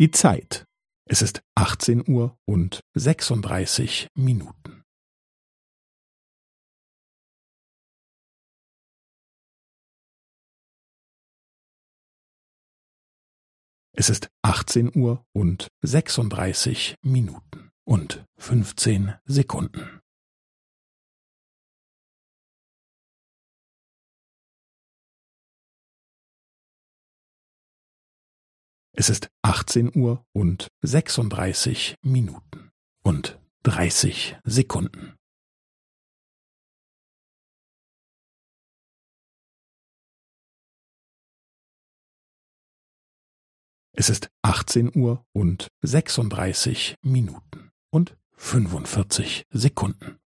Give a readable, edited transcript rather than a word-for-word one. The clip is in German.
Die Zeit. Es ist 18 Uhr und 36 Minuten. Es ist 18 Uhr und 36 Minuten und 15 Sekunden. Es ist 18 Uhr und 36 Minuten und 30 Sekunden. Es ist 18 Uhr und 36 Minuten und 45 Sekunden.